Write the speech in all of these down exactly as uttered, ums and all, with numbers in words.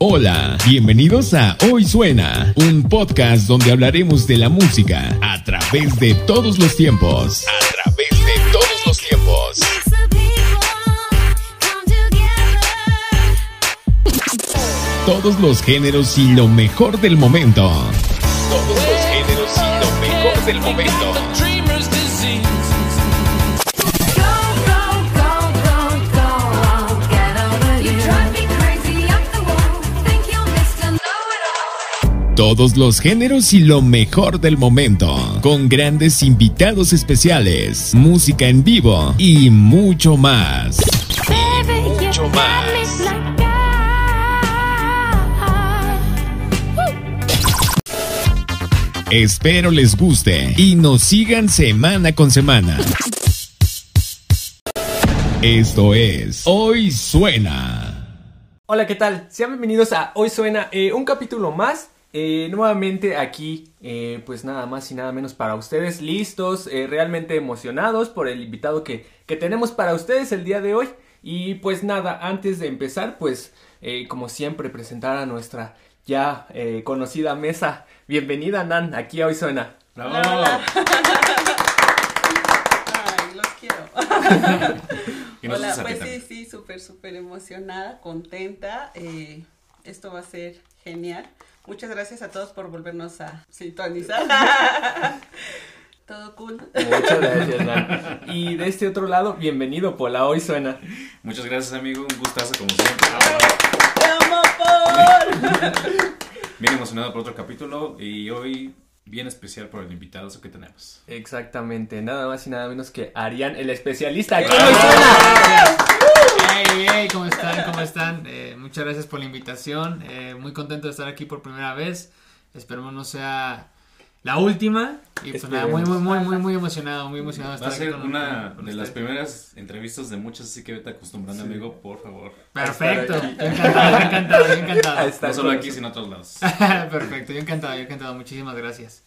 Hola, bienvenidos a Hoy Suena, un podcast donde hablaremos de la música a través de todos los tiempos. A través de todos los tiempos. Todos los géneros y lo mejor del momento. Todos los géneros y lo mejor del momento. Todos los géneros y lo mejor del momento, con grandes invitados especiales, música en vivo y mucho más. Y mucho más. Espero les guste y nos sigan semana con semana. Esto es Hoy Suena. Hola, ¿qué tal? Sean bienvenidos a Hoy Suena, eh, un capítulo más. Eh, nuevamente aquí, eh, pues nada más y nada menos para ustedes, listos, eh, realmente emocionados por el invitado que, que tenemos para ustedes el día de hoy. Y pues nada, antes de empezar, pues eh, como siempre presentar a nuestra ya eh, conocida mesa. Bienvenida, Nan, aquí a Hoy Suena. ¡Bravo! Hola. Ay, los quiero. Hola, pues sí, sí, súper, súper emocionada, contenta, eh, esto va a ser genial. Muchas gracias a todos por volvernos a sintonizar. Todo cool. Muchas gracias, Nan. Y de este otro lado, bienvenido, Pola, Hoy Suena. Muchas gracias, amigo, un gustazo como siempre. ¡Te amo, Paul! Bien emocionado por otro capítulo y hoy bien especial por el invitado que tenemos. Exactamente, nada más y nada menos que Arián, el especialista aquí en Hoy Suena. Hey, hey, ¿cómo están? ¿Cómo están? Eh, muchas gracias por la invitación. Eh, muy contento de estar aquí por primera vez. Esperemos no sea la última. Y pues nada, muy, muy, muy, muy, muy emocionado, muy emocionado de Va a estar ser aquí con, una con de ustedes. las primeras entrevistas de muchas, así que vete acostumbrando, sí. Amigo, por favor. Perfecto, yo encantado, yo encantado, yo encantado. No solo aquí, sino en otros lados. Perfecto, yo encantado, yo encantado. Muchísimas gracias.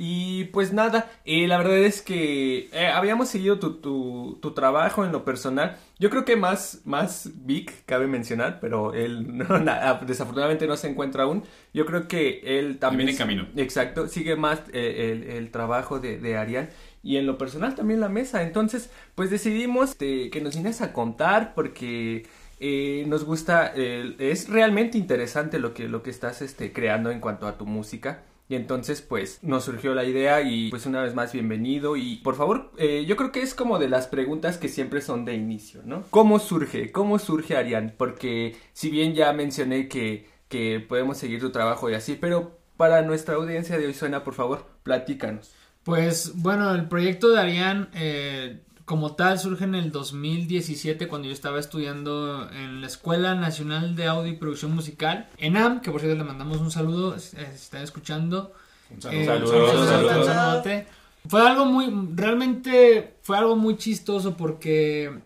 Y pues nada, eh, la verdad es que eh, habíamos seguido tu, tu, tu trabajo en lo personal. Yo creo que más, más Vic cabe mencionar, pero él no, na, desafortunadamente no se encuentra aún. Yo creo que él también... Viene en camino. Exacto, sigue más eh, el, el trabajo de, de Arián. Y en lo personal también la mesa. Entonces, pues decidimos este, que nos vienes a contar porque... Eh, nos gusta, eh, es realmente interesante lo que, lo que estás este, creando en cuanto a tu música. Y entonces pues nos surgió la idea y pues una vez más bienvenido y por favor, eh, yo creo que es como de las preguntas que siempre son de inicio, ¿no? ¿Cómo surge? ¿Cómo surge Arián? Porque si bien ya mencioné que, que podemos seguir tu trabajo y así, pero para nuestra audiencia de Hoy Suena, por favor, platícanos. Pues bueno, el proyecto de Arián eh, como tal surge en el dos mil diecisiete cuando yo estaba estudiando en la Escuela Nacional de Audio y Producción Musical, ENAM, que por cierto le mandamos un saludo, si están escuchando. Un saludo. Eh, Saludos, un saludo, saludos. un saludote. Fue algo muy, realmente fue algo muy chistoso porque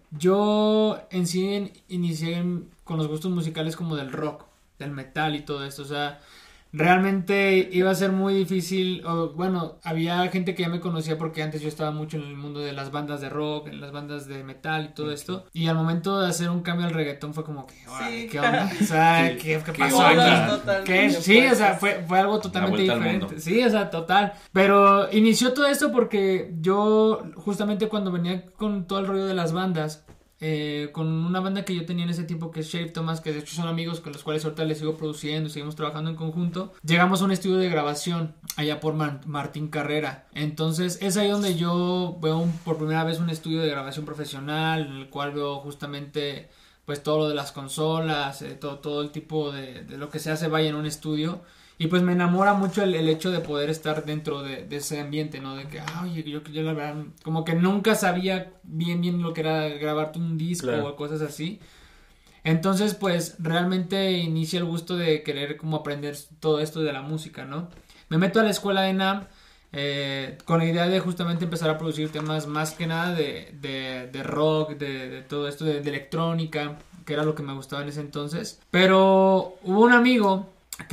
yo en sí inicié con los gustos musicales como del rock, del metal y todo esto, o sea... Realmente iba a ser muy difícil, o, bueno, había gente que ya me conocía porque antes yo estaba mucho en el mundo de las bandas de rock, en las bandas de metal y todo okay. esto. Y al momento de hacer un cambio al reggaetón fue como que, sí. ¿qué onda? O sea, sí. ¿qué, qué pasó aquí? ¿Qué? Sí, o sea, fue, fue algo totalmente diferente. Sí, o sea, total. Pero inició todo esto porque yo, justamente cuando venía con todo el rollo de las bandas, Eh, con una banda que yo tenía en ese tiempo que es Shave Thomas, que de hecho son amigos con los cuales ahorita les sigo produciendo y seguimos trabajando en conjunto. Llegamos a un estudio de grabación allá por Mar- Martín Carrera. Entonces es ahí donde yo veo un, por primera vez un estudio de grabación profesional en el cual veo justamente pues todo lo de las consolas, eh, todo, todo el tipo de, de lo que se hace vaya en un estudio. Y pues me enamora mucho el, el hecho de poder estar dentro de, de ese ambiente, ¿no? De que, ah, oye, yo, yo la verdad, como que nunca sabía bien, bien lo que era grabarte un disco claro. o cosas así. Entonces, pues, realmente inicia el gusto de querer como aprender todo esto de la música, ¿no? Me meto a la escuela de ENAM eh, con la idea de justamente empezar a producir temas más que nada de, de, de rock, de, de todo esto, de, de electrónica, que era lo que me gustaba en ese entonces. Pero hubo un amigo...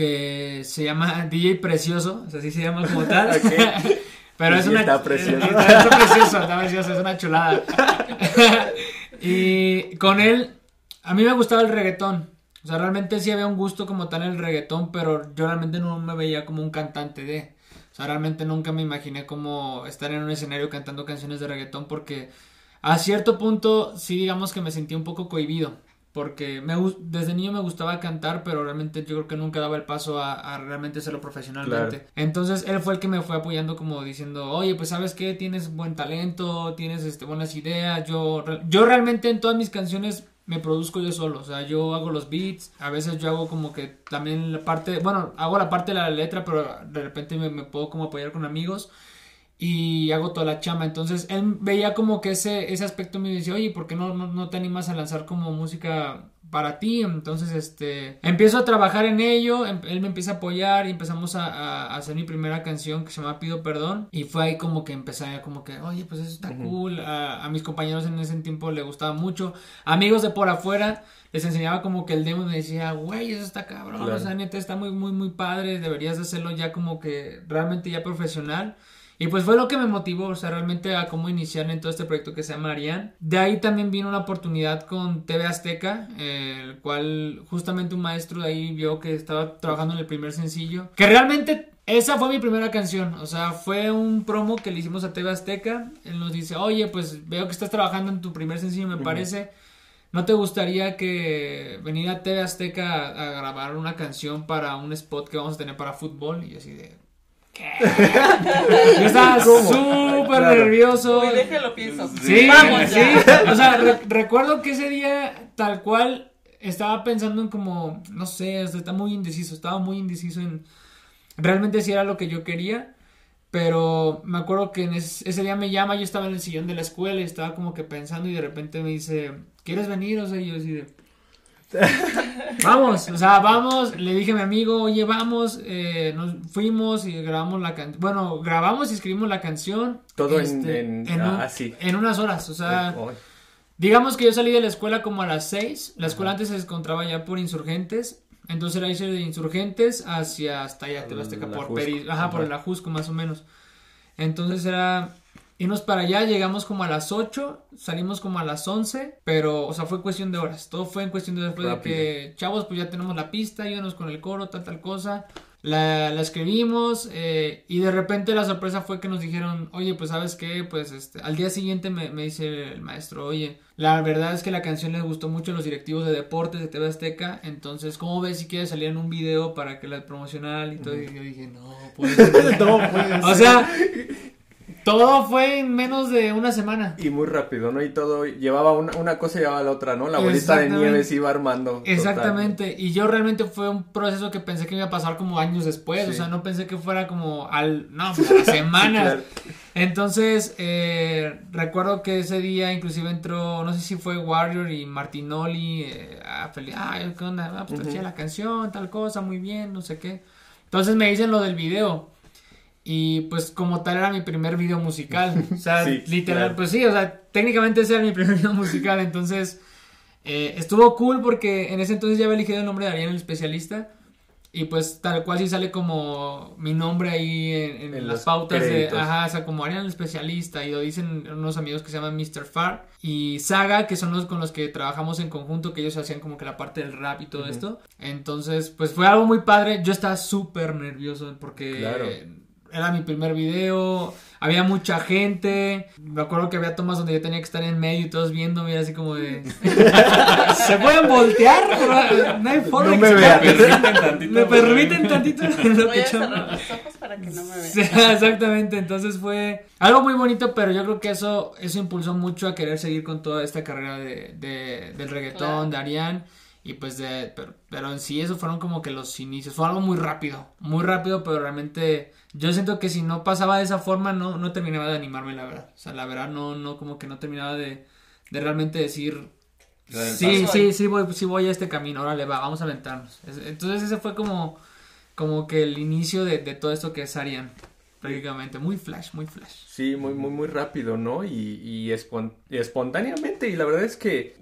que se llama D J Precioso, o sea, así se llama como tal. Okay. Pero es sí, una está precioso. Está, está precioso, está precioso, es una chulada. Y con él, a mí me gustaba el reggaetón, O sea, realmente sí había un gusto como tal en el reggaetón, pero yo realmente no me veía como un cantante de... O sea, realmente nunca me imaginé como estar en un escenario cantando canciones de reggaetón porque a cierto punto sí digamos que me sentí un poco cohibido. Porque me, desde niño me gustaba cantar, pero realmente yo creo que nunca daba el paso a, a realmente hacerlo profesionalmente. Claro. Entonces él fue el que me fue apoyando como diciendo, oye, pues ¿sabes qué? Tienes buen talento, tienes este, buenas ideas. Yo, yo realmente en todas mis canciones me produzco yo solo, o sea, yo hago los beats, a veces yo hago como que también la parte, bueno, hago la parte de la letra, pero de repente me, me puedo como apoyar con amigos. Y hago toda la chamba. Entonces él veía como que ese, ese aspecto me decía, oye, ¿por qué no, no, no te animas a lanzar como música para ti? Entonces este empiezo a trabajar en ello, él me empieza a apoyar y empezamos a, a, a hacer mi primera canción que se llama Pido Perdón. Y fue ahí como que empecé como que, oye, pues eso está uh-huh. cool. A, a mis compañeros en ese tiempo le gustaba mucho. Amigos de por afuera les enseñaba como que el demo y me decía, güey, eso está cabrón, claro. O sea, neta está muy, muy, muy padre, deberías hacerlo ya como que realmente ya profesional. Y pues fue lo que me motivó, o sea, realmente a cómo iniciar en todo este proyecto que se llama Arián. De ahí también vino una oportunidad con T V Azteca, eh, el cual justamente un maestro de ahí vio que estaba trabajando en el primer sencillo. Que realmente esa fue mi primera canción, o sea, fue un promo que le hicimos a T V Azteca. Él nos dice, oye, pues veo que estás trabajando en tu primer sencillo, me uh-huh. parece. ¿No te gustaría que venir a T V Azteca a, a grabar una canción para un spot que vamos a tener para fútbol? Y yo así de... Yo estaba súper claro. nervioso. Uy, déjalo pienso. Sí, vamos sí. O sea, re- recuerdo que ese día tal cual estaba pensando en como, no sé, estaba muy indeciso, estaba muy indeciso en realmente si era lo que yo quería. Pero me acuerdo que en ese, ese día me llama, yo estaba en el sillón de la escuela y estaba como que pensando y de repente me dice, ¿quieres venir? O sea, y yo así de... Vamos, o sea, vamos, le dije a mi amigo, oye, vamos, eh, nos fuimos y grabamos la canción, bueno, grabamos y escribimos la canción. Todo este, en, en, ah, un, sí. en unas horas, o sea, oh, oh. digamos que yo salí de la escuela como a las seis, la escuela uh-huh. antes se encontraba ya por Insurgentes, entonces era irse de Insurgentes hacia hasta allá, T V Azteca, por Peri, ajá, uh-huh. por el Ajusco más o menos, entonces era... irnos para allá, llegamos como a las ocho, salimos como a las once, pero, o sea, fue cuestión de horas, todo fue en cuestión de después Rápido. de que, chavos, pues ya tenemos la pista, ayúdanos con el coro, tal, tal cosa, la, la escribimos, eh, y de repente la sorpresa fue que nos dijeron, oye, pues, ¿sabes qué? Pues, este, al día siguiente me, me dice el maestro, oye, la verdad es que la canción les gustó mucho a los directivos de deportes de T V Azteca, entonces, ¿cómo ves si quieres salir en un video para que la promocional y todo? Uh-huh. Y yo dije, no, pues, no, pues, o sea... Todo fue en menos de una semana. Y muy rápido, ¿no? Y todo llevaba una, una cosa y llevaba la otra, ¿no? La bolita de nieve se iba armando. Exactamente. Total. Y yo realmente fue un proceso que pensé que me iba a pasar como años después. Sí. O sea, no pensé que fuera como al... No, pues a las semanas. Sí, claro. Entonces, eh, recuerdo que ese día inclusive entró, no sé si fue Warrior y Martinoli. Eh, a fel- ah, ¿qué onda? Ah, pues uh-huh. la canción, tal cosa, muy bien, no sé qué. Entonces me dicen lo del video. Y pues como tal era mi primer video musical, o sea, sí, literal, claro. Pues sí, o sea, técnicamente ese era mi primer video musical, entonces eh, estuvo cool porque en ese entonces ya había elegido el nombre de Arián el Especialista y pues tal cual sí sale como mi nombre ahí en, en, en las pautas créditos. de, ajá, o sea, como Arián el Especialista y lo dicen unos amigos que se llaman mister Far y Saga, que son los con los que trabajamos en conjunto, que ellos hacían como que la parte del rap y todo uh-huh. esto, entonces pues fue algo muy padre, yo estaba súper nervioso porque... Claro. Era mi primer video, había mucha gente, me acuerdo que había tomas donde yo tenía que estar en medio y todos viéndome así como de... ¿Se pueden voltear? No hay forma. No me vean. Me permiten tantito. Me permiten tantito. Voy a cerrar los ojos para que no me vean. Exactamente, entonces fue algo muy bonito, pero yo creo que eso, eso impulsó mucho a querer seguir con toda esta carrera de, de, del reggaetón, claro. de Arián. Y pues de, pero, pero en sí eso fueron como que los inicios, fue algo muy rápido, muy rápido, pero realmente yo siento que si no pasaba de esa forma no, no terminaba de animarme, la verdad, o sea, la verdad no, no, como que no terminaba de, de realmente decir, sí, sí, sí voy, sí voy a este camino, órale va, vamos a aventarnos, entonces ese fue como, como que el inicio de, de todo esto que es Arián. prácticamente, muy flash, muy flash. Sí, muy, muy, muy rápido, ¿no? Y, y, espon, y espontáneamente, y la verdad es que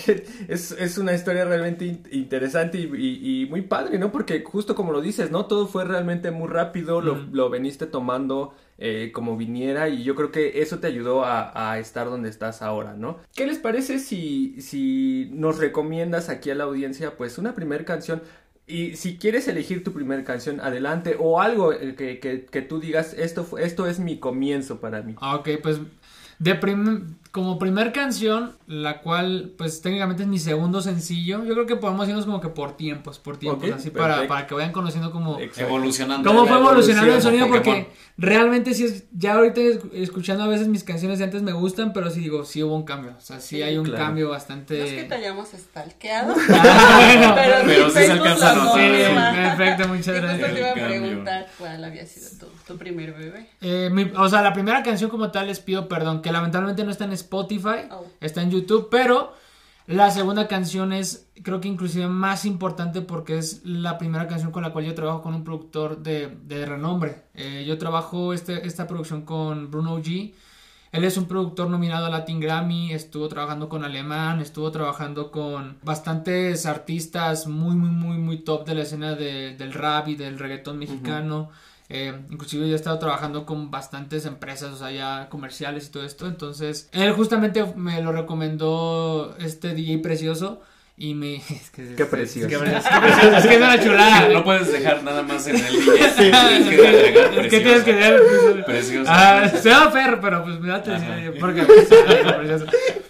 es, es una historia realmente in, interesante y, y, y muy padre, ¿no? Porque justo como lo dices, ¿no? Todo fue realmente muy rápido, lo, mm. lo veniste tomando eh, como viniera, y yo creo que eso te ayudó a, a estar donde estás ahora, ¿no? ¿Qué les parece si, si nos recomiendas aquí a la audiencia, pues, una primera canción? Y si quieres elegir tu primera canción, adelante, o algo que, que, que tú digas, esto, esto es mi comienzo para mí. Ok, pues de prim como primer canción, la cual pues técnicamente es mi segundo sencillo, yo creo que podemos irnos como que por tiempos, por tiempos, okay, así para, para que vayan conociendo como... Evolucionando. Cómo fue evolucionando el sonido, porque realmente sí es, ya ahorita escuchando a veces mis canciones de antes me gustan, pero sí digo, sí hubo un cambio, o sea, sí, sí hay un claro. cambio bastante... No es que te hayamos stalkeado, ah, bueno, pero, pero sí se alcanza a notar. Sí, perfecto, muchas gracias. Entonces te iba a preguntar cuál había sido tu, tu primer bebé. Eh, mi, o sea, la primera canción como tal, les pido perdón, que lamentablemente no está en Spotify, oh. está en YouTube, pero la segunda canción es, creo que inclusive más importante porque es la primera canción con la cual yo trabajo con un productor de, de renombre. Eh, yo trabajo este, esta producción con Bruno G. Él es un productor nominado a Latin Grammy, estuvo trabajando con Alemán, estuvo trabajando con bastantes artistas muy, muy, muy, muy top de la escena de, del rap y del reggaetón mexicano. Uh-huh. Eh, inclusive yo he estado trabajando con bastantes empresas, o sea, ya comerciales y todo esto. Entonces, él justamente me lo recomendó este D J Precioso. Y me... Es que, qué precioso. Es que, es que, precioso, es que es una chulada. No puedes dejar nada más en el D J. Sí, tienes que agregar es que tienes que ver precioso. Ah, se va a ver, pero pues me da atención. Porque pues, precioso.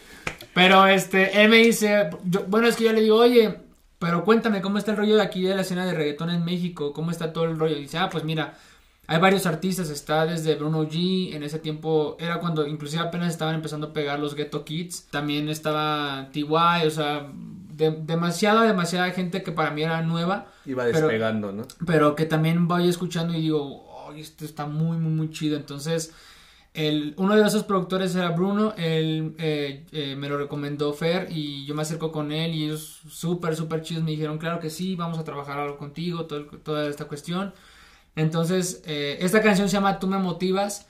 Pero este, él me dice... Yo, bueno, es que yo le digo, oye... Pero cuéntame, ¿cómo está el rollo de aquí de la escena de reggaetón en México? ¿Cómo está todo el rollo? Y dice, ah, pues mira, hay varios artistas, está desde Bruno G, en ese tiempo era cuando inclusive apenas estaban empezando a pegar los Ghetto Kids, también estaba T Y, o sea, de, demasiada, demasiada gente que para mí era nueva. Iba despegando, pero, ¿no? Pero que también voy escuchando y digo, oh, esto está muy, muy, muy chido, entonces... El, uno de esos productores era Bruno, él eh, eh, me lo recomendó Fer y yo me acerco con él y ellos súper, súper chidos me dijeron, claro que sí, vamos a trabajar algo contigo, todo, toda esta cuestión. Entonces, eh, esta canción se llama Tú me motivas,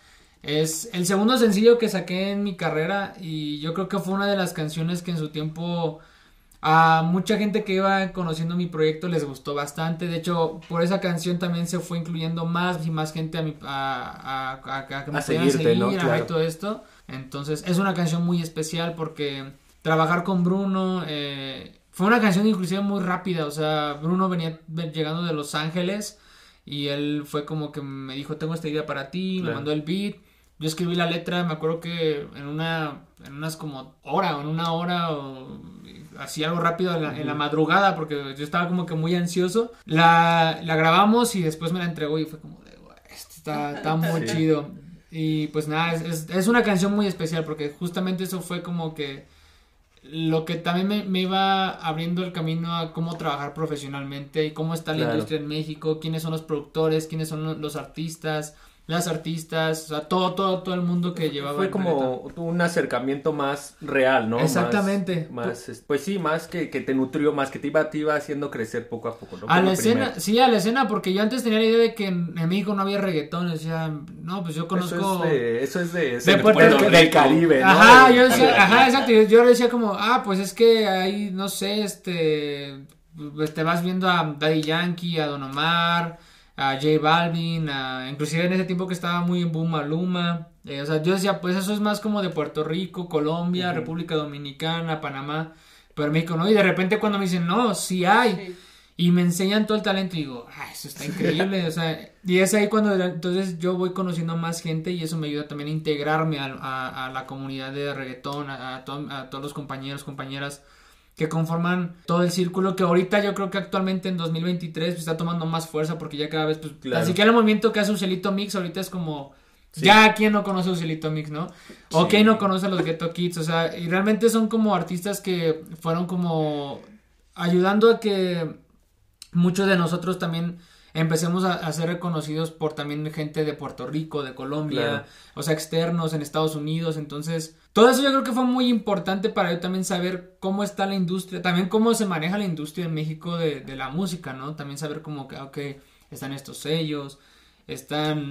es el segundo sencillo que saqué en mi carrera y yo creo que fue una de las canciones que en su tiempo... A mucha gente que iba conociendo mi proyecto les gustó bastante. De hecho, por esa canción también se fue incluyendo más y más gente a, mi, a, a, a, a que me a seguirte, seguir, ¿no? Claro. Y todo esto. Entonces, es una canción muy especial porque trabajar con Bruno eh, fue una canción inclusive muy rápida. O sea, Bruno venía llegando de Los Ángeles y él fue como que me dijo, tengo esta idea para ti, claro. Me mandó el beat. Yo escribí la letra, me acuerdo que en una, en unas como hora o en una hora o así algo rápido en la, en la madrugada porque yo estaba como que muy ansioso. La, la grabamos y después me la entregó y fue como de, esto está, está muy sí. chido. Y pues nada, es, es, es una canción muy especial porque justamente eso fue como que lo que también me, me iba abriendo el camino a cómo trabajar profesionalmente y cómo está la claro. industria en México, quiénes son los productores, quiénes son los artistas, las artistas, o sea, todo, todo, todo el mundo que llevaba. Fue como reggaetón. Un acercamiento más real, ¿no? Exactamente. Más, más pues sí, más que, que te nutrió, más que te iba, te iba haciendo crecer poco a poco, ¿no? A la escena, primero. Sí, a la escena, porque yo antes tenía la idea de que en, en México no había reggaetón, decía, no, pues yo conozco... Eso es de, eso es de, de, de Puerto, Puerto, del Caribe, ¿no? Ajá, de, yo decía, ajá, exacto, yo, yo decía como, ah, pues es que ahí, no sé, este, pues te vas viendo a Daddy Yankee, a Don Omar... a J Balvin, a, inclusive en ese tiempo que estaba muy en boom Maluma, eh, o sea, yo decía, pues eso es más como de Puerto Rico, Colombia, uh-huh. República Dominicana, Panamá, pero México no, y de repente cuando me dicen, no, sí hay, sí. Y me enseñan todo el talento y digo, ah, eso está increíble, o sea, y es ahí cuando entonces yo voy conociendo más gente y eso me ayuda también a integrarme a, a, a la comunidad de reggaetón, a, a, to, a todos los compañeros, compañeras, que conforman todo el círculo que ahorita yo creo que actualmente en dos mil veintitrés pues, está tomando más fuerza porque ya cada vez pues claro. Así que el movimiento que hace Ucielito Mix ahorita es como sí. Ya quién no conoce a Ucielito Mix, ¿no? O sí. Quién no conoce a los Ghetto Kids, o sea, y realmente son como artistas que fueron como ayudando a que muchos de nosotros también empecemos a, a ser reconocidos por también gente de Puerto Rico, de Colombia, claro. O sea, externos en Estados Unidos, entonces todo eso yo creo que fue muy importante para yo también saber cómo está la industria, también cómo se maneja la industria en México de, de la música, ¿no? También saber cómo que, ok, están estos sellos, están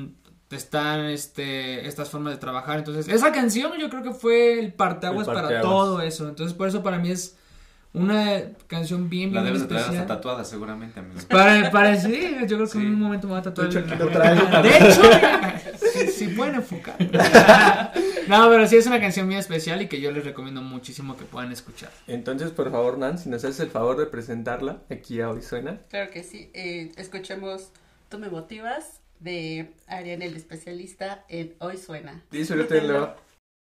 están este estas formas de trabajar. Entonces, esa canción yo creo que fue el parteaguas, el parteaguas. para todo eso. Entonces, por eso para mí es una canción bien, bien, la debes especial. de traer hasta tatuada seguramente, amigo. Para, para sí, yo creo que sí. En un momento me va a tatuar. De hecho, el... lo trae. De hecho, si sí, sí pueden enfocar. No, pero sí es una canción bien especial y que yo les recomiendo muchísimo que puedan escuchar. Entonces, por favor, Nan, si nos haces el favor de presentarla aquí a Hoy Suena. Claro que sí. Eh, escuchemos Tú me motivas de Arián, el especialista en Hoy Suena. Disfrútenlo.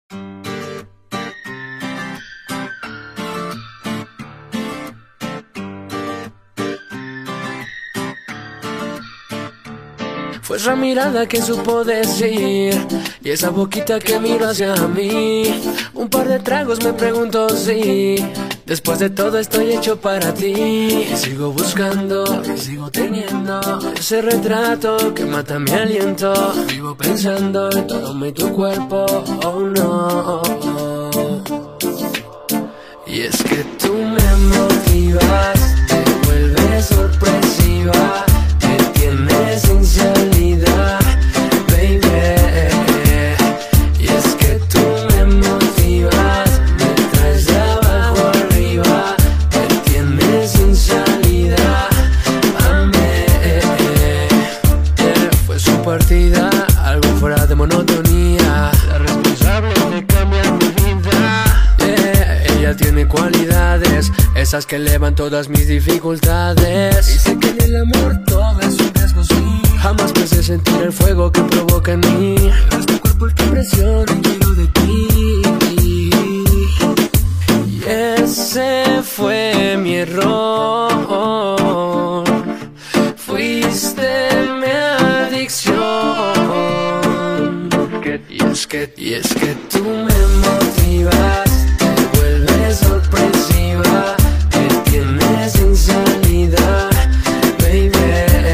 Fue esa mirada que supo decir y esa boquita que miró hacia mí. Un par de tragos me preguntó si después de todo estoy hecho para ti. Y sigo buscando, y sigo teniendo ese retrato que mata mi aliento. Vivo pensando en todo mi tu cuerpo, oh no. Y es que tú me motivas, te vuelves sorpresiva, me tienes sin salida, baby. Y es que tú me motivas, me traes de abajo arriba, me tienes sin salida, amé. Yeah, fue su partida, algo fuera de monotonía, la responsable de cambiar mi vida. Yeah, ella tiene cualidades, esas que elevan todas mis dificultades. Y sé que en el amor todo es un riesgo, sí. Jamás pensé sentir el fuego que provoca en mí. Es tu cuerpo el que presiona y quiero de ti. Y ese fue mi error. Fuiste mi adicción. Y es que, y es que tú me motivas, te vuelves sorpresiva, me tienes sin salida, baby.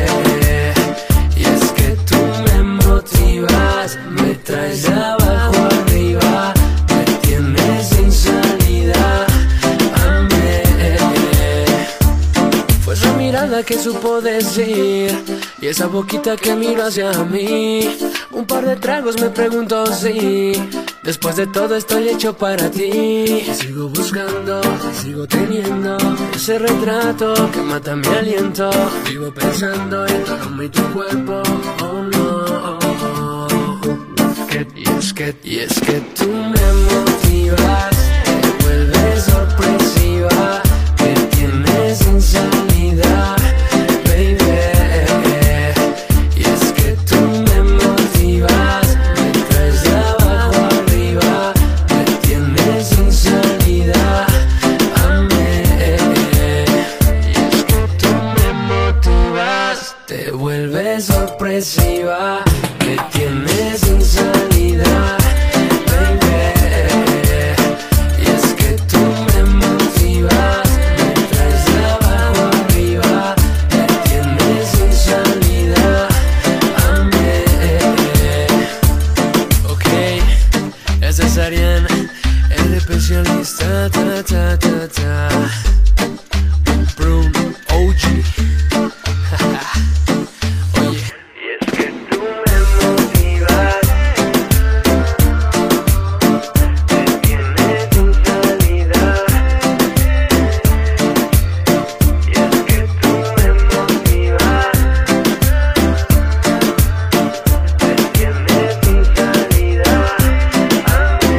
Y es que tú me motivas, me traes de abajo arriba, me tienes sin salida, amé. Fue esa mirada que supo decir y esa boquita que miró hacia mí. Un par de tragos me preguntó si después de todo estoy hecho para ti. Y sigo buscando, y sigo teniendo ese retrato que mata mi aliento. Vivo pensando en todo mi tu cuerpo, oh no. Y es que, y es que tú me motivas, te vuelves sorpresiva, me tienes sin salida, baby. Y es que tú me motivas, me traes de abajo arriba, me tienes sin salida, amé. Y es que tú me motivas, te vuelves sorpresiva, me tienes sin salida, baby. Y es que tú me motivas, me traes de abajo arriba, me tienes sin salida, amé. Ok, ese es Arián, el especialista, ta ta ta ta. Broom O G. Oye. Y es que tú me motivas, me tienes sin salida. Y es que tú me motivas, me tienes sin salida, amé.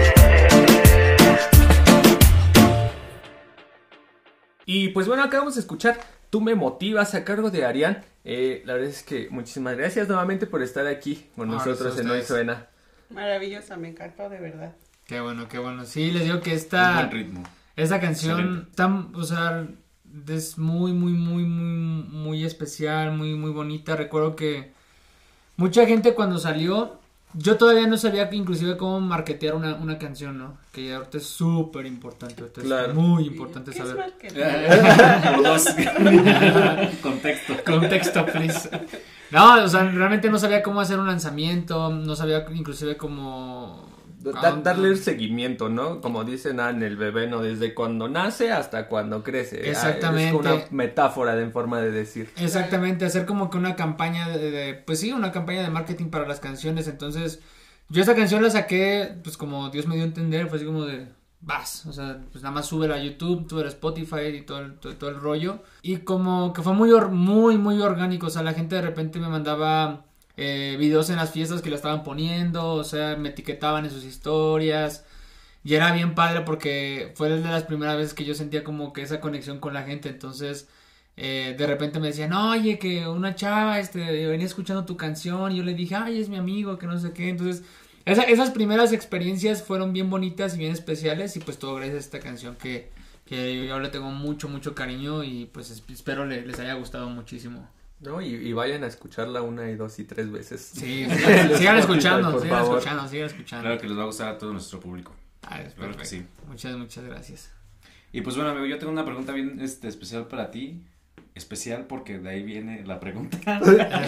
Y pues bueno, acabamos de escuchar Tú me motivas a cargo de Arián. Eh, la verdad es que muchísimas gracias nuevamente por estar aquí con No, nosotros en Hoy Suena. Maravillosa, me encantó de verdad. Qué bueno, qué bueno. Sí, les digo que esta, Un buen ritmo. esta canción Excelente. está, o sea, es muy, muy, muy, muy, muy especial, muy, muy bonita. Recuerdo que mucha gente cuando salió, yo todavía no sabía que inclusive cómo marketear una, una canción, ¿no? Que ahorita es súper importante, ahorita Claro. es muy importante ¿Qué es saber. marketing? Como dos. Contexto. Contexto, please. No, o sea, realmente no sabía cómo hacer un lanzamiento, no sabía inclusive cómo Da, darle el seguimiento, ¿no? Como dicen ah, en el bebé, ¿no? Desde cuando nace hasta cuando crece. Exactamente. Ah, es una metáfora de forma de decir. Exactamente, hacer como que una campaña de, de, pues sí, una campaña de marketing para las canciones. Entonces, yo esta canción la saqué, pues como Dios me dio a entender, fue así como de, vas, o sea, pues nada más súbela a YouTube, súbela a Spotify y todo el, todo, todo el rollo. Y como que fue muy, muy, muy orgánico, o sea, la gente de repente me mandaba... Eh, videos en las fiestas que la estaban poniendo, o sea, me etiquetaban en sus historias y era bien padre porque fue de las primeras veces que yo sentía como que esa conexión con la gente. Entonces eh, de repente me decían, oye, que una chava este, venía escuchando tu canción y yo le dije, ay, es mi amigo, que no sé qué. Entonces esa, esas primeras experiencias fueron bien bonitas y bien especiales y pues todo gracias a esta canción que, que yo le tengo mucho, mucho cariño y pues espero le, les haya gustado muchísimo. No, y, y vayan a escucharla una y dos y tres veces. Sí, sigan, sigan escuchando, sigan favor. escuchando, sigan escuchando. Claro que les va a gustar a todo nuestro público. Ah, es claro que sí. Muchas, muchas gracias. Y pues bueno, amigo, yo tengo una pregunta bien este, especial para ti. Especial porque de ahí viene la pregunta. O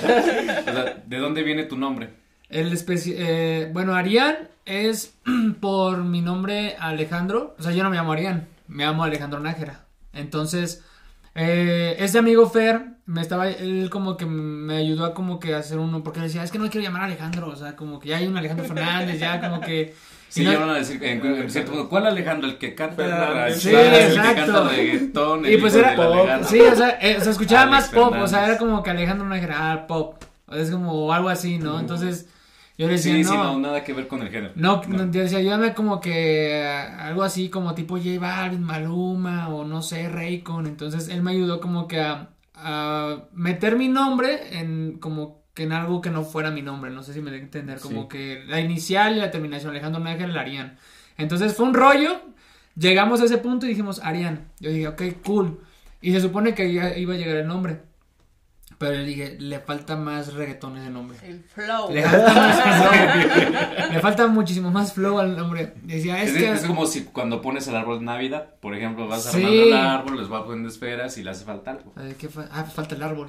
sea, ¿de dónde viene tu nombre? El especi eh, bueno, Arián es por mi nombre Alejandro. O sea, yo no me llamo Arián, me llamo Alejandro Nájera. Entonces... Eh, este amigo Fer, me estaba, él como que me ayudó a como que hacer uno, porque decía, es que no me quiero llamar Alejandro, o sea, como que ya hay un Alejandro Fernández, ya como que... Sí, no, ya van a decir, en, en cierto modo, ¿cuál Alejandro? El que canta... Sí, exacto. El que canta reggaetón, y pues era pop, sí, o sea, eh, se escuchaba Alex más pop, Fernández. O sea, era como que Alejandro no era ah, pop, es como algo así, ¿no? Entonces... Yo le decía, sí, no, sí, no, nada que ver con el género. No, no. Yo decía, ayúdame como que uh, algo así como tipo J Balvin, Maluma o no sé, Raycon. Entonces él me ayudó como que a, a meter mi nombre en como que en algo que no fuera mi nombre. No sé si me debe entender, como sí. que la inicial y la terminación, Alejandro Nájera, el Arián. Entonces fue un rollo, llegamos a ese punto y dijimos Arián. Yo dije, ok, cool. Y se supone que ya iba a llegar el nombre. Pero le dije, le falta más reggaetón ese nombre. El flow. Le falta más flow. Le falta muchísimo más flow al nombre. Decía, es, es, que... es como si cuando pones el árbol de Navidad, por ejemplo, vas sí. armando el árbol, les vas poniendo esferas y le hace falta algo. ¿Qué fa ah, falta el árbol.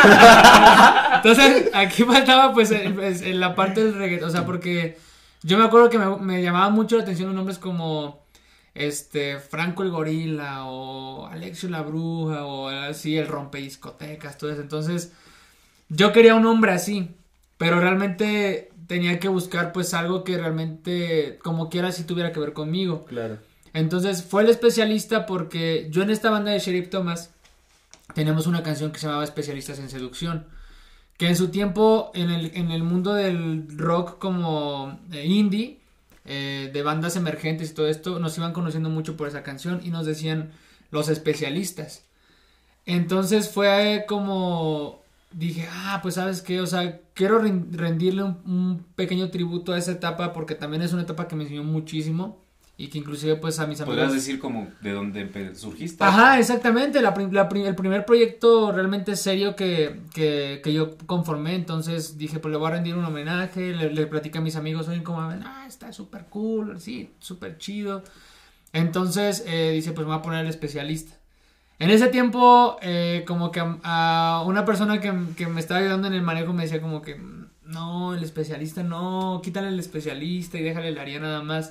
Entonces, aquí faltaba pues, pues en la parte del reggaetón. O sea, porque yo me acuerdo que me, me llamaban mucho la atención los nombres como... Este, Franco el Gorila o Alexio la Bruja o así el Rompediscotecas, todo eso. Entonces, yo quería un nombre así, pero realmente tenía que buscar pues algo que realmente como quiera si tuviera que ver conmigo. Claro. Entonces, fue el especialista porque yo en esta banda de Sheriff Thomas tenemos una canción que se llamaba Especialistas en Seducción, que en su tiempo en el, en el mundo del rock como eh, indie, Eh, de bandas emergentes y todo esto, nos iban conociendo mucho por esa canción y nos decían los especialistas. Entonces fue como dije, ah, pues sabes qué, o sea, quiero rendirle un, un pequeño tributo a esa etapa porque también es una etapa que me enseñó muchísimo y que inclusive pues a mis amigos... ¿Podrías decir como de dónde surgiste? Ajá, exactamente, la, la, el primer proyecto realmente serio que, que, que yo conformé, entonces dije, pues le voy a rendir un homenaje, le, le platicé a mis amigos, oye, como, ah, está súper cool, sí, súper chido, entonces eh, dice, pues me voy a poner el especialista. En ese tiempo, eh, como que a, a una persona que, que me estaba ayudando en el manejo me decía como que, no, el especialista no, quítale el especialista y déjale el área nada más.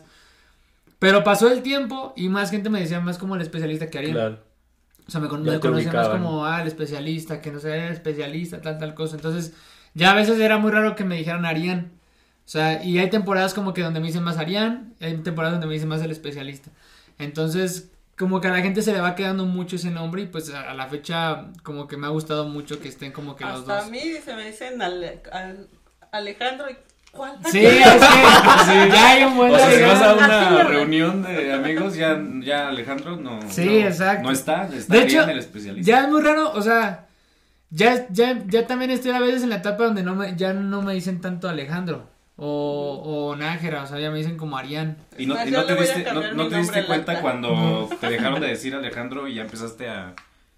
Pero pasó el tiempo y más gente me decía más como el especialista que Arián. Claro. O sea, me, con, me conocían más como, ah, el especialista, que no sé, era el especialista, tal, tal cosa. Entonces, ya a veces era muy raro que me dijeran Arián. O sea, y hay temporadas como que donde me dicen más Arián, hay temporadas donde me dicen más el especialista. Entonces, como que a la gente se le va quedando mucho ese nombre y pues a, a la fecha como que me ha gustado mucho que estén como que hasta los dos. Hasta a mí se me dicen Ale, Ale, Alejandro y... ¿Cuál? Sí, es que sí, ya hay un buen... O sea, si vas a una reunión de amigos, ya, ya Alejandro no... Sí, no, exacto. No está, está de hecho, el especialista. Ya es muy raro, o sea, ya, ya, ya también estoy a veces en la etapa donde no me, ya no me dicen tanto Alejandro o, o Nájera, o sea, ya me dicen como Arián. ¿Y no, y no te diste, no, no te diste cuenta cuando te dejaron de decir Alejandro y ya empezaste a...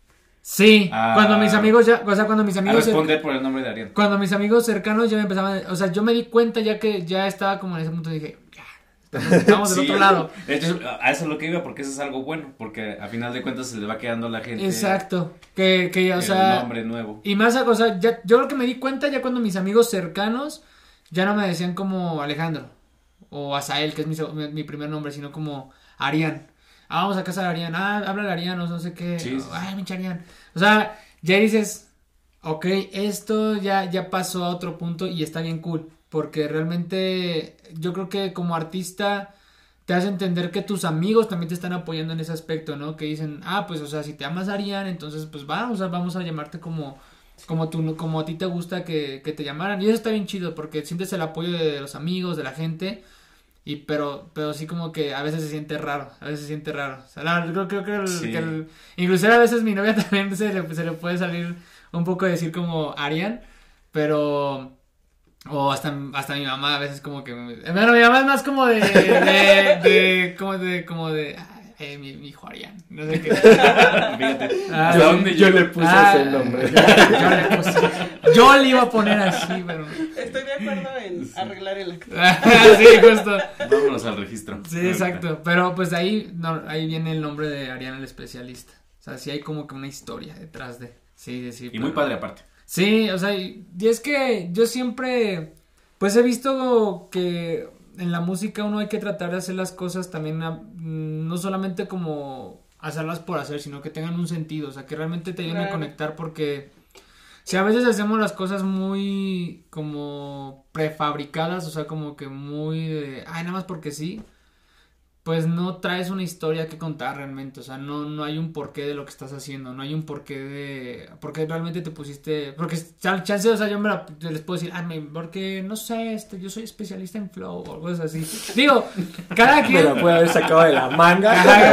Sí, a, cuando mis amigos ya, o sea, cuando mis amigos... A responder por el nombre de Arián. Cuando mis amigos cercanos ya me empezaban, o sea, yo me di cuenta ya que ya estaba como en ese punto y dije, ya, estamos, estamos del sí, otro lado. De hecho, a eso es lo que iba, porque eso es algo bueno, porque a final de cuentas se le va quedando a la gente. Exacto, que, que o el sea... El nombre nuevo. Y más, o sea, ya, yo creo que me di cuenta ya cuando mis amigos cercanos ya no me decían como Alejandro. o Azael, que es mi, mi, mi primer nombre, sino como Arián. Ah, vamos a casa de Arián, ah, habla Arián, no sé qué, sí, sí. Ay, mi Arián. O sea, ya dices, ok, esto ya, ya pasó a otro punto y está bien cool, porque realmente yo creo que como artista te hace entender que tus amigos también te están apoyando en ese aspecto, ¿no? Que dicen, ah, pues, o sea, si te amas a Arián, entonces, pues, va, o sea, vamos a llamarte como, como tú, como a ti te gusta que, que te llamaran. Y eso está bien chido, porque sientes el apoyo de los amigos, de la gente, y pero, pero sí como que a veces se siente raro, a veces se siente raro. O sea, la, creo, creo que, el, sí. que el, inclusive a veces mi novia también se le, se le puede salir un poco decir como Arián, pero... O hasta, hasta mi mamá a veces como que... Bueno, mi mamá es más como de... de, de como de... Como de eh, mi, mi hijo Arián. No sé qué. Fíjate. Ah, yo, dónde yo le puse ah, ese nombre. Yo, yo, le puse, yo le iba a poner así, pero... Estoy de acuerdo en arreglar el acto. Sí, justo. Vámonos al registro. Sí, exacto. Pero pues de ahí, no, ahí viene el nombre de Arián el especialista. O sea, sí hay como que una historia detrás de... Sí, sí. Y pero... muy padre aparte. Sí, o sea, y es que yo siempre, pues he visto que en la música uno hay que tratar de hacer las cosas también, no solamente como hacerlas por hacer, sino que tengan un sentido, o sea, que realmente te ayuden a conectar, porque si a veces hacemos las cosas muy como prefabricadas, o sea, como que muy de, ay, nada más porque sí, pues no traes una historia que contar realmente, o sea, no, no hay un porqué de lo que estás haciendo, no hay un porqué de, porque realmente te pusiste, porque chance, o sea, yo me la, les puedo decir, ah, porque, no sé, este, yo soy especialista en flow, o algo así, digo, cada quien. Me la puede haber sacado de la manga.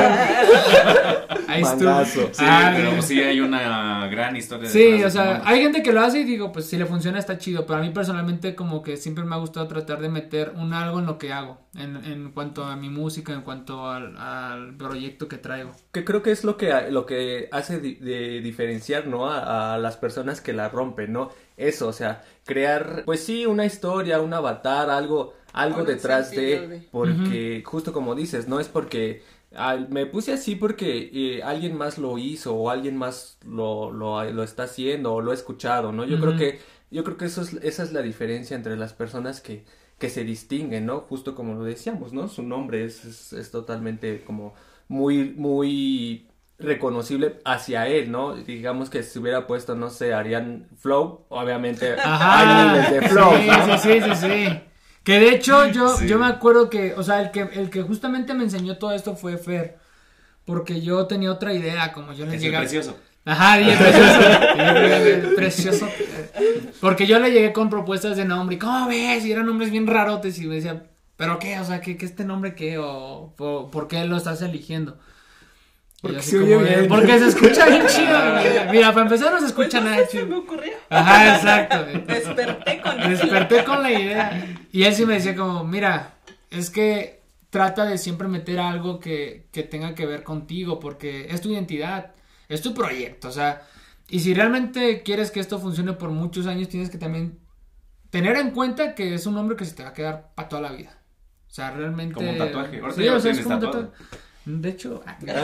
Ahí estuvo. Sí, ah, pero sí hay una gran historia. Sí, o sea, hay gente que lo hace y digo, pues si le funciona está chido, pero a mí personalmente como que siempre me ha gustado tratar de meter un algo en lo que hago, en, en cuanto a mi música, en cuanto al, al proyecto que traigo. Que creo que es lo que, lo que hace di, de diferenciar, ¿no? A, a las personas que la rompen, ¿no? Eso, o sea, crear, pues sí, una historia, un avatar, algo, algo Ahora detrás de, de, porque uh-huh. justo como dices, no es porque al, me puse así porque eh, alguien más lo hizo o alguien más lo, lo, lo está haciendo o lo ha escuchado, ¿no? Yo uh-huh. creo que, yo creo que eso es, esa es la diferencia entre las personas que que se distinguen, ¿no? Justo como lo decíamos, ¿no? Su nombre es, es, es totalmente como muy, muy reconocible hacia él, ¿no? Digamos que si hubiera puesto, no sé, Arián Flow, obviamente Ajá, hay miles de Flow. Sí, ¿no? sí, sí, sí, sí. Que de hecho yo, sí. yo me acuerdo que, o sea, el que, el que justamente me enseñó todo esto fue Fer, porque yo tenía otra idea, como yo le llegaba... precioso. Ajá, dije precioso, precioso, porque yo le llegué con propuestas de nombre, y ¿cómo ves? Y eran nombres bien rarotes, y me decía, ¿pero qué? O sea, ¿qué, qué este nombre qué? O, o ¿por qué lo estás eligiendo? Porque se oye bien. Porque se escucha bien chido. Mira, para empezar no se escucha pues nada chido. Se me ocurrió. Ajá, exacto. Desperté con la Desperté con la idea. Y él sí me decía como, mira, es que trata de siempre meter algo que, que tenga que ver contigo, porque es tu identidad. Es tu proyecto, o sea, y si realmente quieres que esto funcione por muchos años, tienes que también tener en cuenta que es un nombre que se te va a quedar para toda la vida. O sea, realmente... Como un tatuaje. Ahora sí, o sea, es como un tatuaje. De hecho...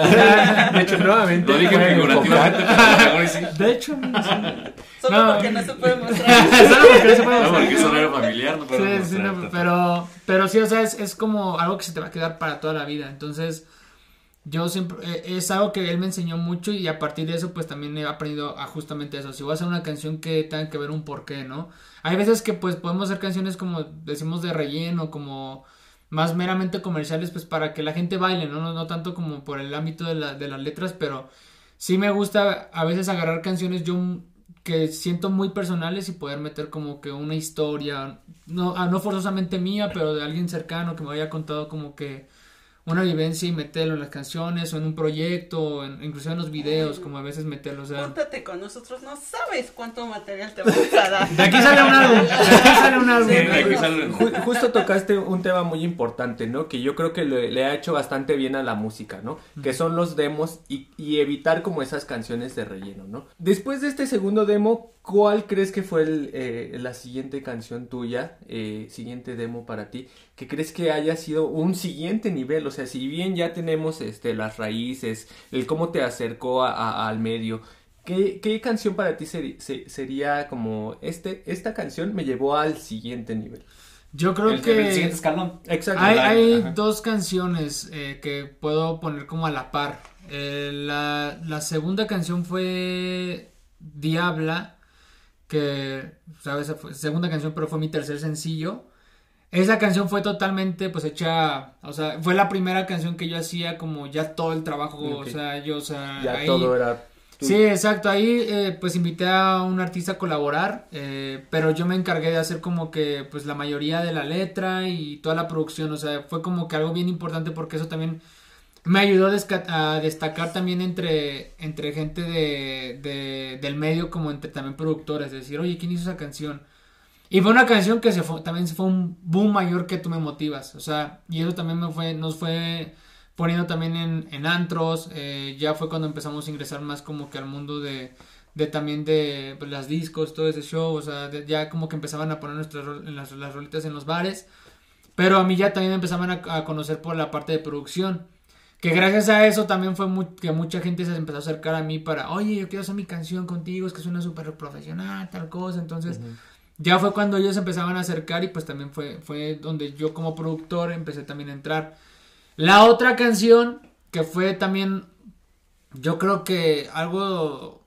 de hecho, nuevamente... Lo dije figurativamente, pero sí. De hecho... No, Solo no. porque no se puede mostrar. Solo porque no se puede mostrar. No, porque es horario familiar, no puede sí, mostrar. Sí, no, pero, pero sí, o sea, es, es como algo que se te va a quedar para toda la vida. Entonces... Yo siempre, eh, es algo que él me enseñó mucho y a partir de eso pues también he aprendido a justamente eso, si voy a hacer una canción que tenga que ver un porqué, ¿no? Hay veces que pues podemos hacer canciones como decimos de relleno, como más meramente comerciales pues para que la gente baile, ¿no? No, no tanto como por el ámbito de, la, de las letras, pero sí me gusta a veces agarrar canciones yo que siento muy personales y poder meter como que una historia, no, no forzosamente mía, pero de alguien cercano que me haya contado como que una vivencia y meterlo en las canciones o en un proyecto, o en, incluso en los videos, como a veces meterlo, o sea... Júntate con nosotros, no sabes cuánto material te vamos a dar. De aquí sale un álbum, de aquí sale un álbum. Sí, de aquí sale un... Ju- justo tocaste un tema muy importante, ¿no? Que yo creo que le, le ha hecho bastante bien a la música, ¿no? Mm. Que son los demos y, y evitar como esas canciones de relleno, ¿no? Después de este segundo demo, ¿cuál crees que fue el, eh, la siguiente canción tuya, eh, siguiente demo para ti, que crees que haya sido un siguiente nivel? O sea, si bien ya tenemos este las raíces, el cómo te acercó a, a, al medio, ¿qué, qué canción para ti ser, se, sería como, este esta canción me llevó al siguiente nivel? Yo creo el, que el siguiente escalón. Exacto. Hay, hay dos canciones eh, que puedo poner como a la par. Eh, la, la segunda canción fue Diabla, que, ¿sabes? Fue segunda canción, pero fue mi tercer sencillo. Esa canción fue totalmente, pues, hecha, o sea, fue la primera canción que yo hacía como ya todo el trabajo, okay. o sea, yo, o sea, ya ahí, todo era... Sí, exacto, ahí eh, pues invité a un artista a colaborar, eh, pero yo me encargué de hacer como que pues la mayoría de la letra y toda la producción, o sea, fue como que algo bien importante porque eso también me ayudó a, desca- a destacar también entre, entre gente de, de, del medio como entre también productores, decir, oye, ¿quién hizo esa canción? Y fue una canción que se fue, también fue un boom mayor que Tú me motivas, o sea, y eso también me fue, nos fue... poniendo también en, en antros, eh, ya fue cuando empezamos a ingresar más como que al mundo de, de también de pues, las discos, todo ese show, o sea, de, ya como que empezaban a poner nuestras las, las rolitas en los bares, pero a mí ya también me empezaban a, a conocer por la parte de producción, que gracias a eso también fue muy, que mucha gente se empezó a acercar a mí para, oye, yo quiero hacer mi canción contigo, es que suena súper profesional, tal cosa, entonces... Uh-huh. Ya fue cuando ellos empezaban a acercar y pues también fue, fue donde yo como productor empecé también a entrar. La otra canción, que fue también, yo creo que algo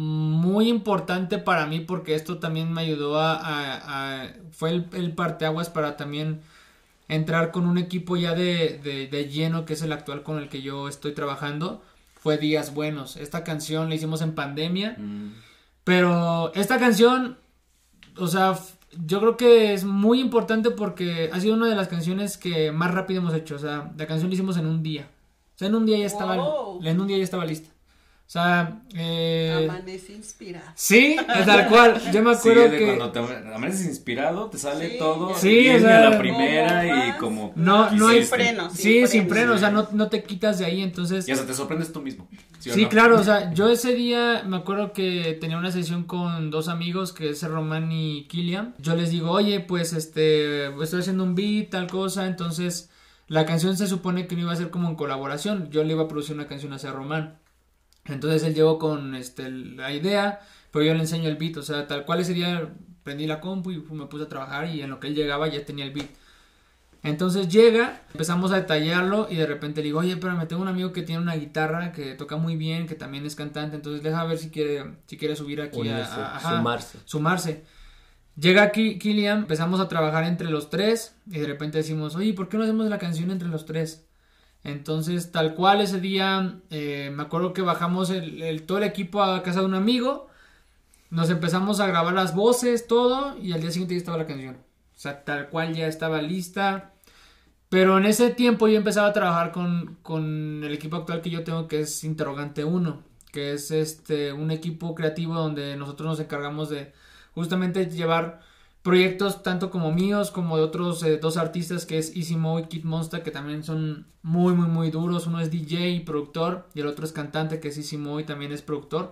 muy importante para mí, porque esto también me ayudó a, a, a fue el, el parteaguas para también entrar con un equipo ya de, de, de lleno, que es el actual con el que yo estoy trabajando, fue Días Buenos. Esta canción la hicimos en pandemia, mm. pero esta canción, o sea... yo creo que es muy importante porque ha sido una de las canciones que más rápido hemos hecho. O sea, la canción la hicimos en un día. O sea, en un día ya estaba, wow. en un día ya estaba lista. O sea, eh... Amanece inspirado. Sí, tal cual. Yo me acuerdo sí, de que cuando te amaneces inspirado, te sale sí. todo. Sí, o sea, la primera y como no, no hay freno. Sí, sin freno, freno. sin freno, o sea, no, no te quitas de ahí, entonces. Y hasta te sorprendes tú mismo. Sí, sí no? Claro, o sea, yo ese día me acuerdo que tenía una sesión con dos amigos, que es Román y Kilian. Yo les digo, oye, pues este, estoy haciendo un beat, tal cosa, entonces la canción se supone que no iba a ser como en colaboración. Yo le iba a producir una canción hacia Román. Entonces él llegó con este, la idea, pero yo le enseño el beat, o sea, tal cual ese día prendí la compu y me puse a trabajar y en lo que él llegaba ya tenía el beat. Entonces llega, empezamos a detallarlo y de repente le digo, oye, pero me tengo un amigo que tiene una guitarra que toca muy bien, que también es cantante, entonces deja ver si quiere, si quiere subir aquí Unirse, a, a ajá, sumarse. Sumarse. Llega aquí Kilian, empezamos a trabajar entre los tres y de repente decimos, oye, ¿por qué no hacemos la canción entre los tres? Entonces, tal cual ese día, eh, me acuerdo que bajamos el, el, todo el equipo a casa de un amigo, nos empezamos a grabar las voces, todo, y al día siguiente ya estaba la canción. O sea, tal cual ya estaba lista. Pero en ese tiempo yo empezaba a trabajar con, con el equipo actual que yo tengo, que es Interrogante uno, que es este un equipo creativo donde nosotros nos encargamos de justamente llevar proyectos tanto como míos como de otros eh, dos artistas, que es Easy Mo y Kid Monsta, que también son muy muy muy duros. Uno es D J y productor y el otro es cantante, que es Easy Mo y también es productor.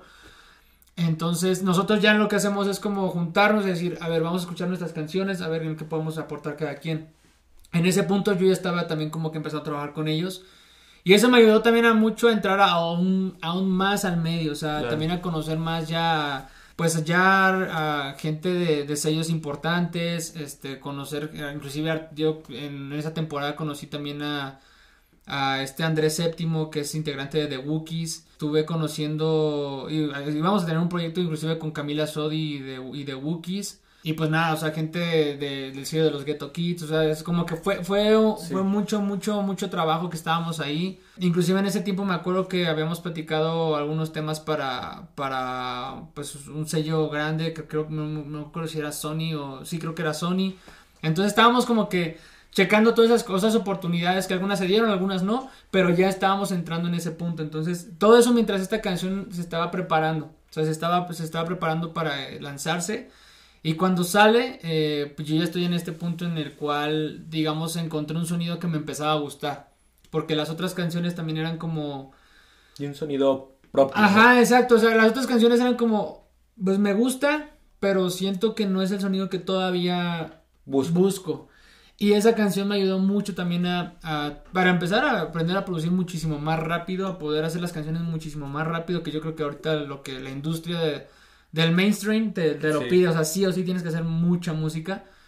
Entonces nosotros ya lo que hacemos es como juntarnos y decir, a ver, vamos a escuchar nuestras canciones, a ver en qué podemos aportar cada quien. En ese punto yo ya estaba también como que empezando a trabajar con ellos y eso me ayudó también a mucho a entrar a aún, aún más al medio, o sea, claro. También a conocer más ya... pues ya a gente de, de sellos importantes, este, conocer, inclusive yo en esa temporada conocí también a, a este Andrés Séptimo, que es integrante de The Wookiees. Estuve conociendo, y, y vamos a tener un proyecto inclusive con Camila Sodi y de, y de Wookiees. Y pues nada, o sea, gente de, de, del sello de los Ghetto Kids, o sea, es como que fue fue, sí. fue mucho, mucho, mucho trabajo que estábamos ahí. Inclusive en ese tiempo me acuerdo que habíamos platicado algunos temas para, para pues un sello grande, que creo que no, no recuerdo si era Sony o, sí creo que era Sony. Entonces estábamos como que checando todas esas cosas, oportunidades que algunas se dieron, algunas no, pero ya estábamos entrando en ese punto. Entonces todo eso mientras esta canción se estaba preparando, o sea, se estaba, pues, se estaba preparando para lanzarse. Y cuando sale, eh, pues yo ya estoy en este punto en el cual, digamos, encontré un sonido que me empezaba a gustar. Porque las otras canciones también eran como... Y un sonido propio. Ajá, ¿no? Exacto. O sea, las otras canciones eran como... Pues me gusta, pero siento que no es el sonido que todavía busco. busco. Y esa canción me ayudó mucho también a, a... Para empezar a aprender a producir muchísimo más rápido, a poder hacer las canciones muchísimo más rápido, que yo creo que ahorita lo que la industria de... del mainstream te, te lo sí. pide, o sea, sí o sí tienes que hacer mucha música,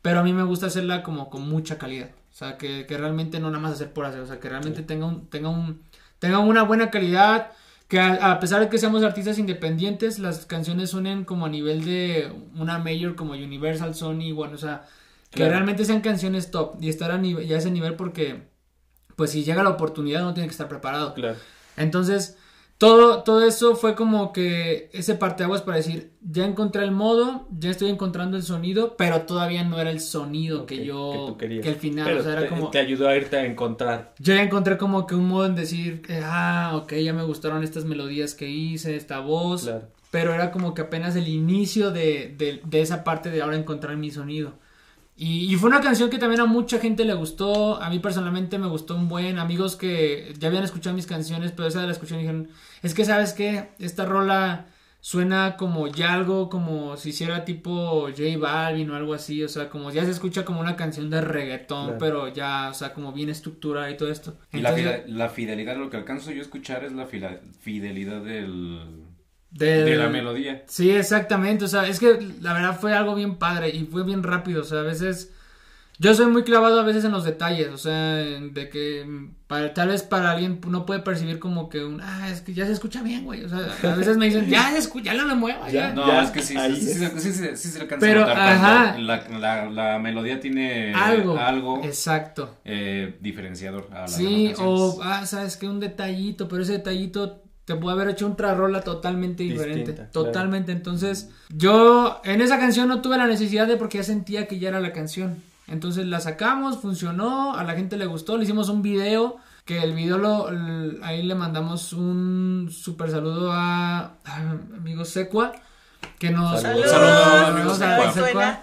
pero a mí me gusta hacerla como con mucha calidad, o sea, que, que realmente no nada más hacer por hacer, o sea, que realmente tenga un, tenga un, tenga una buena calidad, que a, a pesar de que seamos artistas independientes, las canciones suenen como a nivel de una major como Universal, Sony, bueno, o sea, que claro. realmente sean canciones top y estar a, nivel, ya a ese nivel porque, pues si llega la oportunidad uno tiene que estar preparado. Claro. Entonces, todo, todo eso fue como que ese parteaguas para decir, ya encontré el modo, ya estoy encontrando el sonido, pero todavía no era el sonido okay, que yo, que, tú querías. Que al final, pero o sea, era te, como... te ayudó a irte a encontrar. Yo ya encontré como que un modo en decir, eh, ah, ok, ya me gustaron estas melodías que hice, esta voz, claro. pero era como que apenas el inicio de, de, de esa parte de ahora encontrar mi sonido. Y, y fue una canción que también a mucha gente le gustó, a mí personalmente me gustó un buen, amigos que ya habían escuchado mis canciones, pero esa de la escucharon y dijeron, es que sabes qué, esta rola suena como ya algo como si hiciera tipo J Balvin o algo así, o sea, como ya se escucha como una canción de reggaetón, claro. pero ya, o sea, como bien estructurada y todo esto. Y entonces, la, fidel, la fidelidad, lo que alcanzo yo a escuchar es la fidelidad del... Del, de la melodía. Sí, exactamente, o sea, es que la verdad fue algo bien padre y fue bien rápido, o sea, a veces yo soy muy clavado a veces en los detalles, o sea, de que para, tal vez para alguien no puede percibir como que un, ah, es que ya se escucha bien, güey, o sea, a veces me dicen, ya se escucha, ya no me muevas, ya. No, ya, es que sí, sí, sí, sí, sí, sí, sí se alcanza pero, a notar ajá, la, la, la melodía tiene algo, algo exacto, eh, diferenciador a la sí, o, ah, sabes que un detallito, pero ese detallito te puede haber hecho otra rola totalmente diferente. Distinta, totalmente. Claro. Entonces, yo en esa canción no tuve la necesidad de porque ya sentía que ya era la canción. Entonces la sacamos, funcionó, a la gente le gustó, le hicimos un video, que el video lo, el, ahí le mandamos un super saludo a, a amigo Secua, que nos... Saludos, saludos a Secua,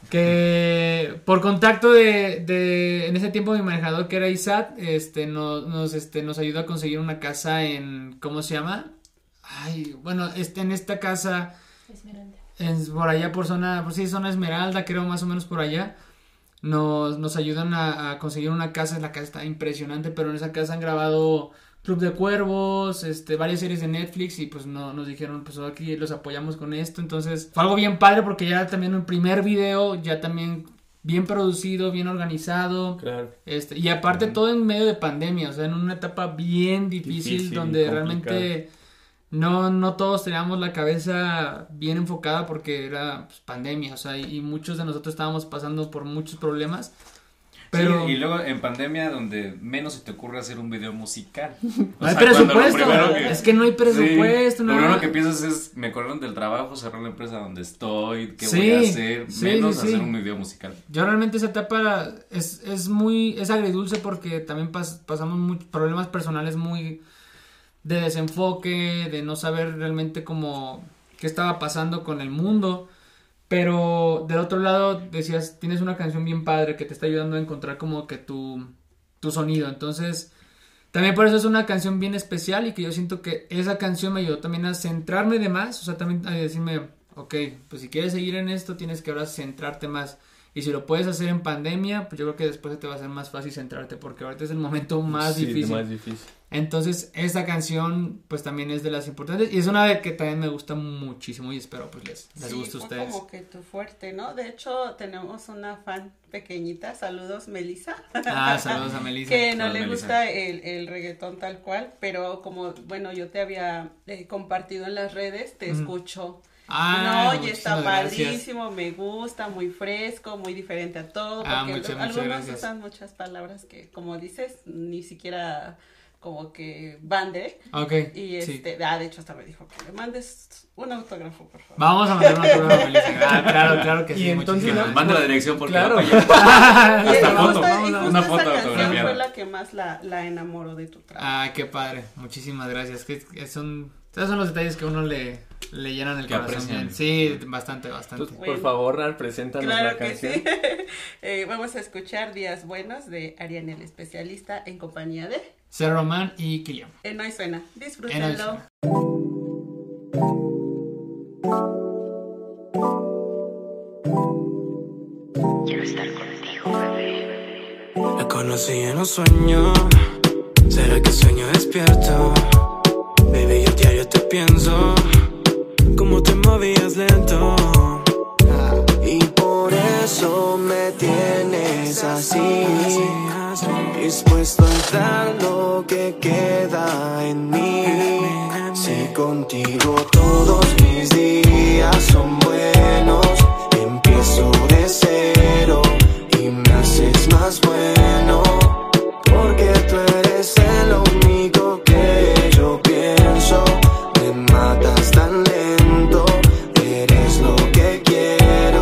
que por contacto de, de, en ese tiempo mi manejador que era Isat, este, nos, nos, este, nos ayudó a conseguir una casa en, ¿cómo se llama? Ay, bueno, este, en esta casa, Esmeralda. En, por allá por zona, pues sí, zona Esmeralda, creo más o menos por allá, nos, nos ayudan a, a conseguir una casa, la casa está impresionante, pero en esa casa han grabado Club de Cuervos, este, varias series de Netflix y pues no, nos dijeron, pues aquí los apoyamos con esto, entonces fue algo bien padre porque ya también un primer video, ya también bien producido, bien organizado, claro. este, y aparte uh-huh. todo en medio de pandemia, o sea, en una etapa bien difícil, difícil donde realmente no, no todos teníamos la cabeza bien enfocada porque era pues, pandemia, o sea, y, y muchos de nosotros estábamos pasando por muchos problemas. Pero... Sí, y luego en pandemia donde menos se te ocurre hacer un video musical. O no hay sea, presupuesto, que... es que no hay presupuesto. Sí, no. Lo primero que piensas es, me corrieron del trabajo, cerrar la empresa donde estoy, ¿qué sí, voy a hacer? Sí, menos sí, hacer sí. un video musical. Yo realmente esa etapa es, es muy, es agridulce porque también pas, pasamos muchos problemas personales muy de desenfoque, de no saber realmente cómo, qué estaba pasando con el mundo. Pero del otro lado decías, tienes una canción bien padre que te está ayudando a encontrar como que tu, tu sonido. Entonces, también por eso es una canción bien especial y que yo siento que esa canción me ayudó también a centrarme de más. O sea, también a decirme, ok, pues si quieres seguir en esto tienes que ahora centrarte más. Y si lo puedes hacer en pandemia, pues yo creo que después te va a ser más fácil centrarte porque ahorita es el momento más sí, difícil. más difícil. Entonces, esta canción pues también es de las importantes y es una de que también me gusta muchísimo y espero pues les, les sí, guste a ustedes. Como que tu fuerte, ¿no? De hecho, tenemos una fan pequeñita, saludos Melissa. Ah, saludos a Melissa. Que no saludos, le Melissa. gusta el, el reggaetón tal cual, pero como, bueno, yo te había eh, compartido en las redes, te mm. escucho. Ah, no, y está padrísimo, gracias. Me gusta, muy fresco, muy diferente a todo, porque ah, muchas, lo, muchas algunos gracias. usan muchas palabras que, como dices, ni siquiera como que van de, okay, y este, sí. ah, de hecho hasta me dijo que le mandes un autógrafo, por favor. Vamos a mandar un autógrafo a Melissa. Ah, claro, claro que y sí. Entonces, no, manda la dirección porque claro. va para allá. y una justo, foto, y justo una esa foto canción autografiada. fue la que más la, la enamoró de tu trabajo. Ah, qué padre, muchísimas gracias. Que, que son, esos son los detalles que uno le, le llenan el que corazón. Aprecian. Sí, bastante, bastante. Entonces, bueno, por favor, Nar, preséntanos claro la que canción. Sí. eh, vamos a escuchar Días Buenos de Arián el Especialista en compañía de Ser Román y Kilian. En Hoy Suena, disfrútenlo. En Hoy Suena. Quiero estar contigo, bebé. La conocí en un sueño. ¿Será que sueño despierto? Baby, yo diario te pienso. Cómo te movías lento. Y por eso me es así, dispuesto a dar lo que queda en mí. Si contigo todos mis días son buenos, empiezo de cero y me haces más bueno, porque tú eres el único que yo pienso. Me matas tan lento, eres lo que quiero.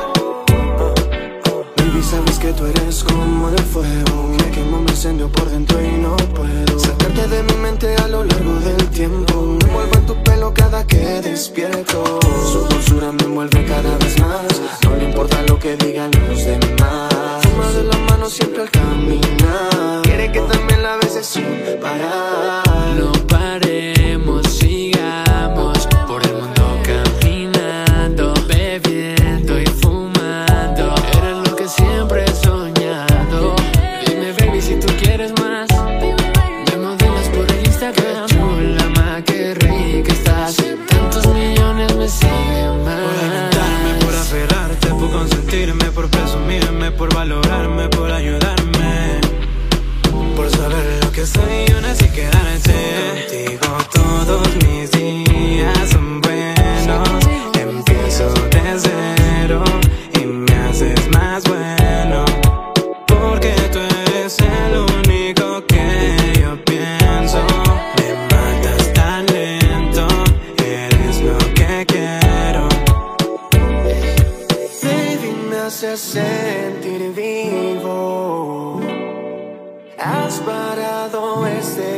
Baby, sabes que tú eres como el fuego, me quemo, me incendio por dentro y no puedo sacarte de mi mente a lo largo del tiempo. Me envuelvo en tu pelo cada que despierto, su dulzura me envuelve cada vez más, no le importa lo que digan los demás. Toma de la mano siempre al caminar, quiere que también la beses sin parar. No paremos, sigamos por el mundo caminando, bebiendo y fumando. Eres lo que siempre he soñado. Dime, baby, si tú quieres más. Me modelas por el Instagram. Qué chula, ma, qué rica estás. Tantos millones me siguen más. Por alentarme, por aferrarte, por consentirme, por presumirme, por valorarme, por ayudarme, por saber lo que soy y aún así quedarte. Contigo todos mis días son buenos, empiezo de cero y me haces más bueno, porque tú eres el único que yo pienso. Me matas tan lento, eres lo que quiero. Baby, me haces sentir vivo, has parado este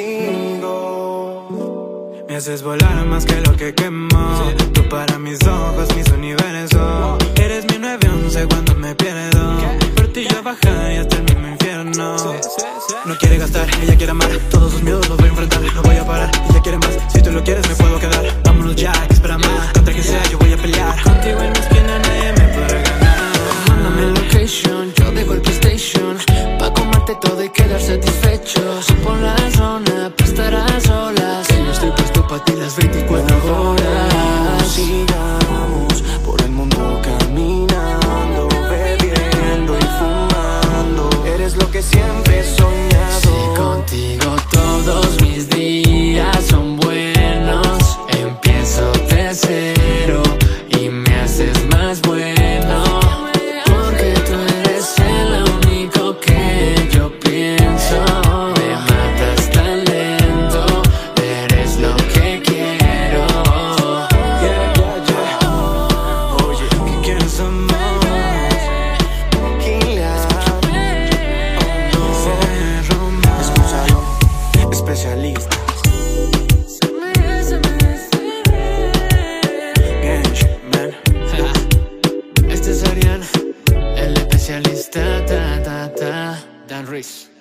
castigo. Me haces volar más que lo que quemo, tú para mis ojos, mis universos. Eres mi nueve once cuando me pierdo, por ti yo bajaré hasta el mismo infierno. No quiere gastar, ella quiere amar, todos sus miedos los voy a enfrentar. No voy a parar, ella quiere más, si tú lo quieres me puedo quedar. Vámonos ya, que espera más, contra quien sea yo voy a pelear. Contigo en mi esquina nadie me podrá ganar. Mándame location, yo dejo el PlayStation pa' comerte todo y quedar satisfechos. Por la zona, pa' estar a solas. Yo estoy puesto pa' ti las veinticuatro horas. Sigamos por el mundo caminando, bebiendo y fumando. Eres lo que siempre he soñado. Si contigo todos mis días son buenos, empiezo de cero y me haces más bueno, porque tú eres el único que yo pienso. Me matas tan lento, eres lo que quiero. Yeah, yeah, yeah. Oye, ¿qué quieres somos? Killer. Oh, no. Escúchalo, especialista. Este es Arián, el especialista, ta, ta, ta, Dan Ruiz.